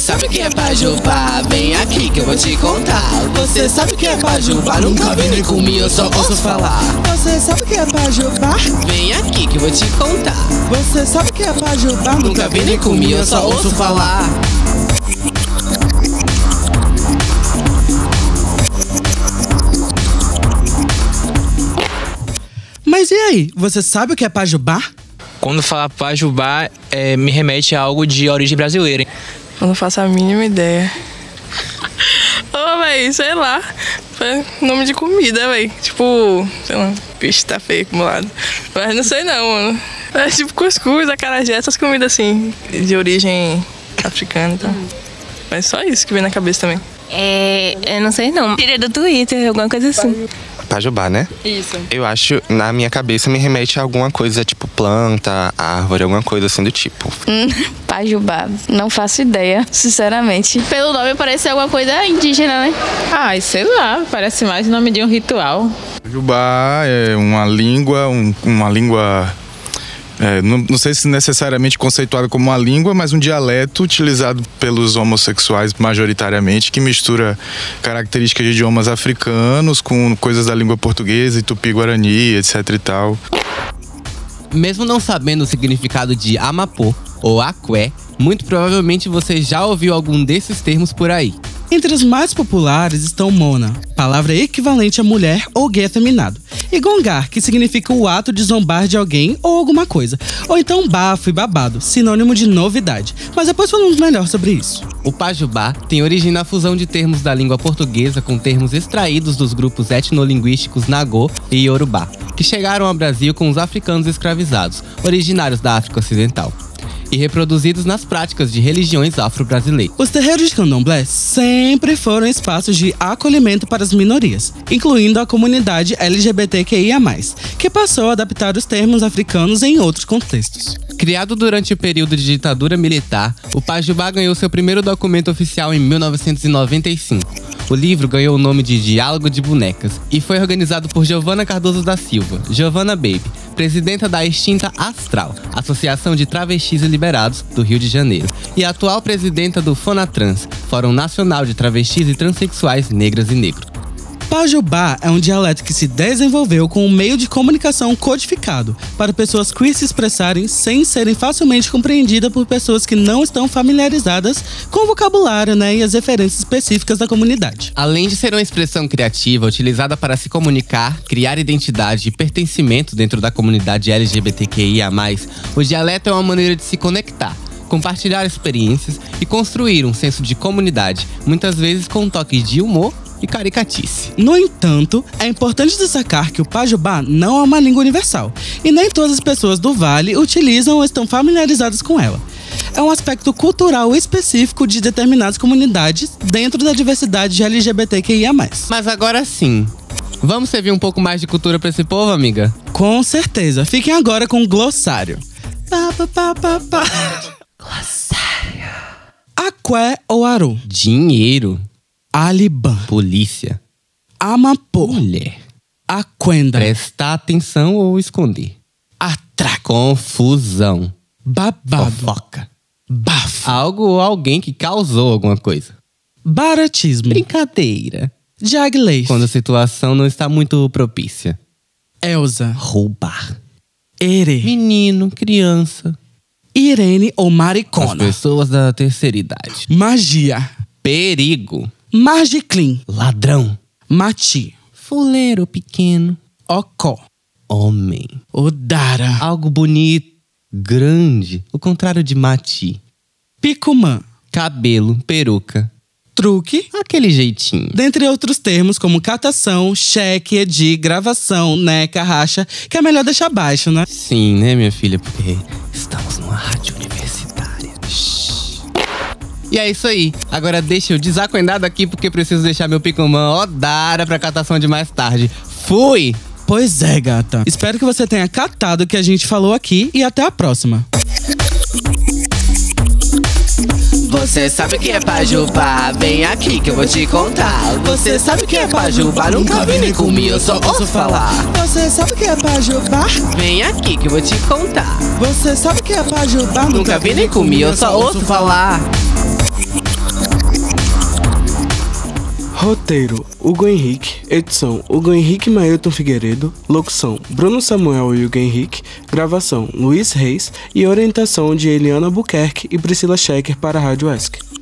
sabe o que é pajubá? Vem aqui que eu vou te contar. Você sabe o que é pajubá? Nunca vi nem comi, eu só ouço falar. Você sabe o que é pajubá? Vem aqui que eu vou te contar. Você sabe o que é pajubá? Nunca vi nem comi, eu só ouço falar. Mas e aí, você sabe o que é pajubá? Quando fala pajubá, me remete a algo de origem brasileira, hein? Eu não faço a mínima ideia. Véi, sei lá. Nome de comida, véi. Tipo, sei lá, peixe tá feio acumulado. Mas não sei não, mano. É tipo cuscuz, acarajé, essas comidas assim, de origem africana e tal. Mas só isso que vem na cabeça também. Eu não sei não. Tirei do Twitter, alguma coisa assim. Pajubá, né? Isso. Eu acho, na minha cabeça, me remete a alguma coisa tipo planta, árvore, alguma coisa assim do tipo. Pajubá, não faço ideia, sinceramente. Pelo nome parece alguma coisa indígena, né? Sei lá, parece mais o nome de um ritual. Pajubá é uma língua, não sei se necessariamente conceituado como uma língua, mas um dialeto utilizado pelos homossexuais majoritariamente, que mistura características de idiomas africanos com coisas da língua portuguesa e tupi-guarani, etc e tal. Mesmo não sabendo o significado de amapô ou aqué, muito provavelmente você já ouviu algum desses termos por aí. Entre os mais populares estão mona, palavra equivalente a mulher ou gay afeminado, e gongar, que significa o ato de zombar de alguém ou alguma coisa, ou então bafo e babado, sinônimo de novidade. Mas depois falamos melhor sobre isso. O pajubá tem origem na fusão de termos da língua portuguesa com termos extraídos dos grupos etnolinguísticos Nagô e Yorubá, que chegaram ao Brasil com os africanos escravizados, originários da África Ocidental, e reproduzidos nas práticas de religiões afro-brasileiras. Os terreiros de candomblé sempre foram espaços de acolhimento para as minorias, incluindo a comunidade LGBTQIA+, que passou a adaptar os termos africanos em outros contextos. Criado durante o período de ditadura militar, o pajubá ganhou seu primeiro documento oficial em 1995. O livro ganhou o nome de Diálogo de Bonecas e foi organizado por Giovana Cardoso da Silva, Giovana Baby, presidenta da extinta Astral, Associação de Travestis e Liberados do Rio de Janeiro, e atual presidenta do Fonatrans, Fórum Nacional de Travestis e Transsexuais Negras e Negros. Pajubá é um dialeto que se desenvolveu com um meio de comunicação codificado para pessoas queer se expressarem sem serem facilmente compreendidas por pessoas que não estão familiarizadas com o vocabulário, e as referências específicas da comunidade. Além de ser uma expressão criativa utilizada para se comunicar, criar identidade e pertencimento dentro da comunidade LGBTQIA+, o dialeto é uma maneira de se conectar, compartilhar experiências e construir um senso de comunidade, muitas vezes com um toque de humor e caricatice. No entanto, é importante destacar que o pajubá não é uma língua universal, e nem todas as pessoas do Vale utilizam ou estão familiarizadas com ela. É um aspecto cultural específico de determinadas comunidades dentro da diversidade de LGBTQIA+. Mas agora sim, vamos servir um pouco mais de cultura pra esse povo, amiga? Com certeza. Fiquem agora com o glossário. Glossário. Aqué ou aru? Dinheiro. Alibã. Polícia. Amapô. Mulher. Aquenda. Prestar atenção ou esconder. Atraco. Confusão. Babado. Fofoca. Bafo. Algo ou alguém que causou alguma coisa. Baratismo. Brincadeira. Jagleif. Quando a situação não está muito propícia. Elza. Roubar. Ere. Menino, criança. Irene ou As maricona. pessoas da terceira idade. Magia. Perigo. Magiclin. Ladrão. Mati. Fuleiro pequeno. Ocó. Homem. Odara. Algo bonito. Grande. O contrário de mati. Picumã. Cabelo. Peruca. Truque. Aquele jeitinho. Dentre outros termos como catação, cheque, edi, gravação, neca, racha, que é melhor deixar baixo, né? Sim, né, minha filha? Porque estamos numa rádio universitária. E é isso aí. Agora deixa eu desacuendar daqui porque preciso deixar meu picumã Odara pra catação de mais tarde. Fui! Pois é, gata. Espero que você tenha catado o que a gente falou aqui e até a próxima. Você sabe o que é pajubá? Vem aqui que eu vou te contar. Você sabe o que é pajubá? Nunca vi nem comi, eu só ouço falar. Você sabe o que é pajubá? Vem aqui que eu vou te contar. Você sabe o que é pajubá? Nunca vi nem comi, eu só ouço falar. Roteiro, Hugo Henrique. Edição, Hugo Henrique e Mailton Figueiredo. Locução, Bruno Samuel e Hugo Henrique. Gravação, Luiz Reis. E orientação de Eliana Buquerque e Priscila Schecker para a Rádio ESC.